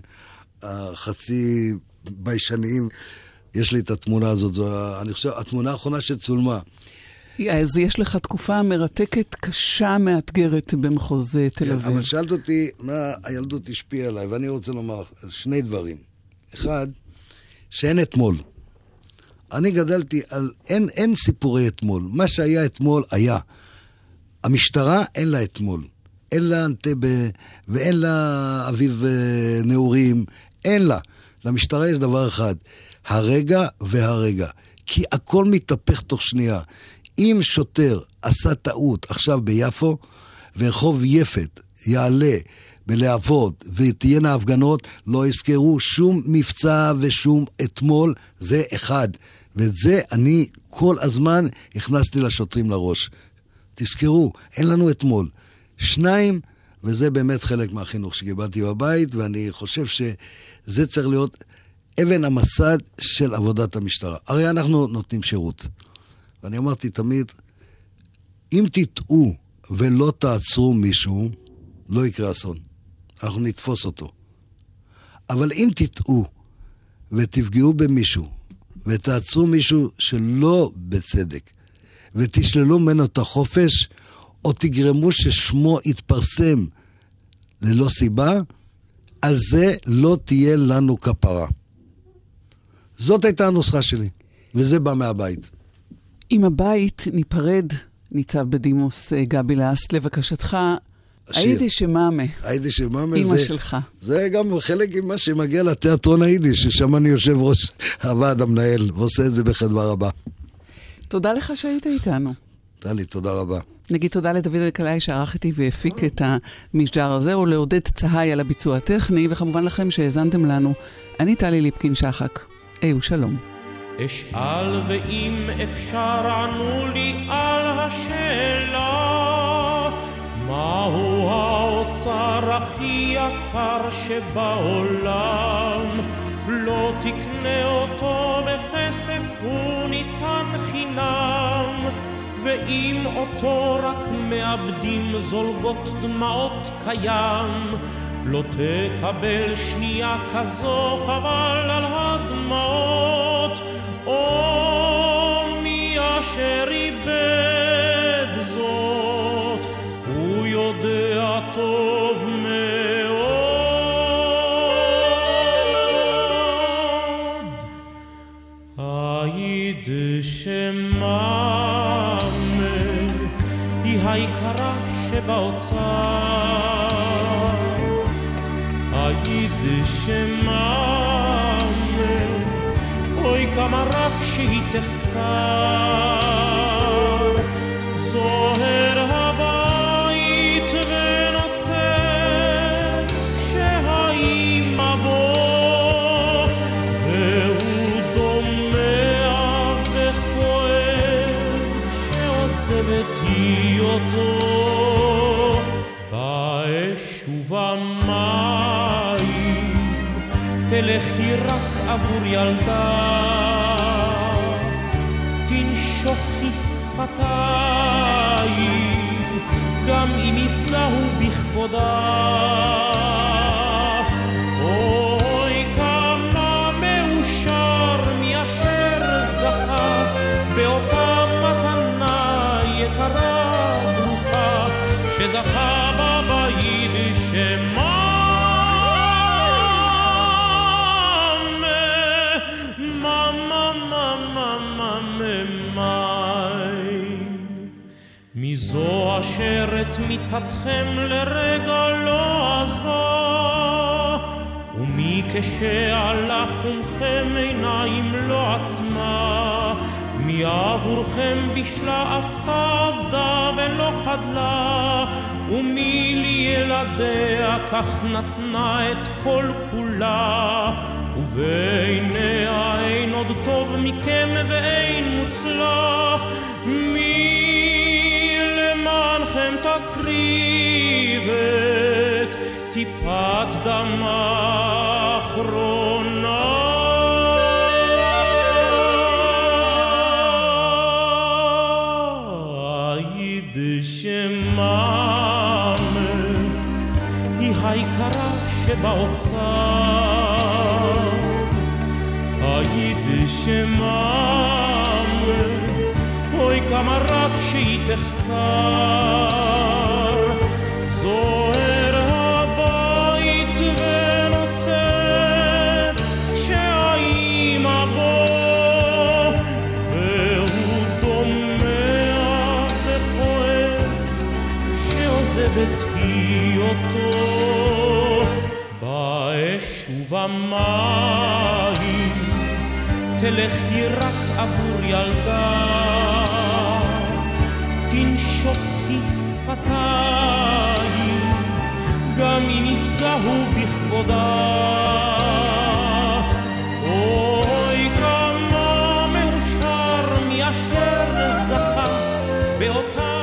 החצי ביישניים, יש לי את התמונה הזאת. אני חושב, התמונה האחרונה שצולמה. אז יש לך תקופה מרתקת, קשה, מאתגרת במחוז תל אביב. אבל שאלת אותי מה הילדות השפיעה עליי, ואני רוצה לומר 2 דברים. 1, שאין אתמול. אני גדלתי על... אין סיפורי אתמול. מה שהיה אתמול היה. המשטרה אין לה אתמול. אין לה אנטבה, ואין לה אביב נעורים. אין לה. למשטרה יש דבר אחד. הרגע והרגע. כי הכל מתהפך תוך שנייה. אם שוטר עשה טעות עכשיו ביפו, ורחוב יפת יעלה בלהבות ותהיינה הפגנות, לא יזכרו שום מבצע ושום אתמול, זה אחד. ואת זה אני כל הזמן הכנסתי לשוטרים לראש. תזכרו, אין לנו אתמול. 2, וזה באמת חלק מהחינוך שקיבלתי בבית, ואני חושב שזה צריך להיות אבן המסד של עבודת המשטרה. הרי אנחנו נותנים שירות. ואני אמרתי תמיד, אם תטעו ולא תעצרו מישהו, לא יקרה אסון. אנחנו נתפוס אותו. אבל אם תטעו ותפגעו במישהו, ותעצרו מישהו שלא בצדק, ותשללו ממנו את החופש, או תגרמו ששמו יתפרסם ללא סיבה, על זה לא תהיה לנו כפרה. זאת הייתה הנוסחה שלי, וזה בא מהבית. עם הבית ניפרד, ניצב בדימוס גבי לאסט, לבקשתך, היידיש מאמה. היידיש מאמה אמא שלך. זה גם חלק ממה שמגיע לתיאטרון היידיש, ששם אני יושב ראש הוועד המנהל, ועושה את זה בחדווה רבה. תודה לך שהיית איתנו. טלי, תודה רבה. נגיד תודה לדוד אלקלעי שערך איתי והפיק את המשדר הזה, או לעודד צהי על הביצוע הטכני, וכמובן לכם שהאזנתם לנו. אני טלי ליפקין שחק. שלום. אשאל ואם אפשר ענו לי על השאלה, מהו האוצר הכי יקר שבעולם? לא תקנה אותו בכסף, הוא ניתן חינם, ואם אותו רק מאבדים זולגות דמעות קיים. לא תקבל שנייה כזו, חבל על הדמעות. או מי אשר איבד זאת, הוא יודע טוב מאוד. היידיש מאמה היא היקרה שבאוצר, היידיש מאמה אוי כמה רק שהיא תחסר. זוהר הבית ונוצץ כשהאימא בו, והוא דום אותו באש ובמים, תלכי רק עבור ילדה, תנשוכי שפתיים, גם אם יפגעו בכבודה. אוי כמה מאושר מי אשר זכה באותה מתנה יקרה ברוכה, שזכה בה ביידיש מזו אשר את מיטתכם לרגע לא עזבה, ומי כשהלך ומכם עיניים לא עצמה, מי עבורכם בשלה אפתה עבדה ולא חדלה, ומי לילדיה כך נתנה את כל כולה, ובעיניה אין עוד טוב מכם ואין מוצלח, מי למענכם תקריב את טיפת דם האחרונה. היידיש מאמה היא היקרה שבאוצר, היידיש מאמה אוי כמה רק שהיא תחסר, זוהר הבית ונוצץ כשהאימא בו, והוא דומע וכואב שעוזבת היא אותו באש ובמים, תלכי רק עבור ילדה, תנשוכי שפתיים, גם אם יפגעו בכבודה. אוי כמה מאושר מי אשר זכה באותה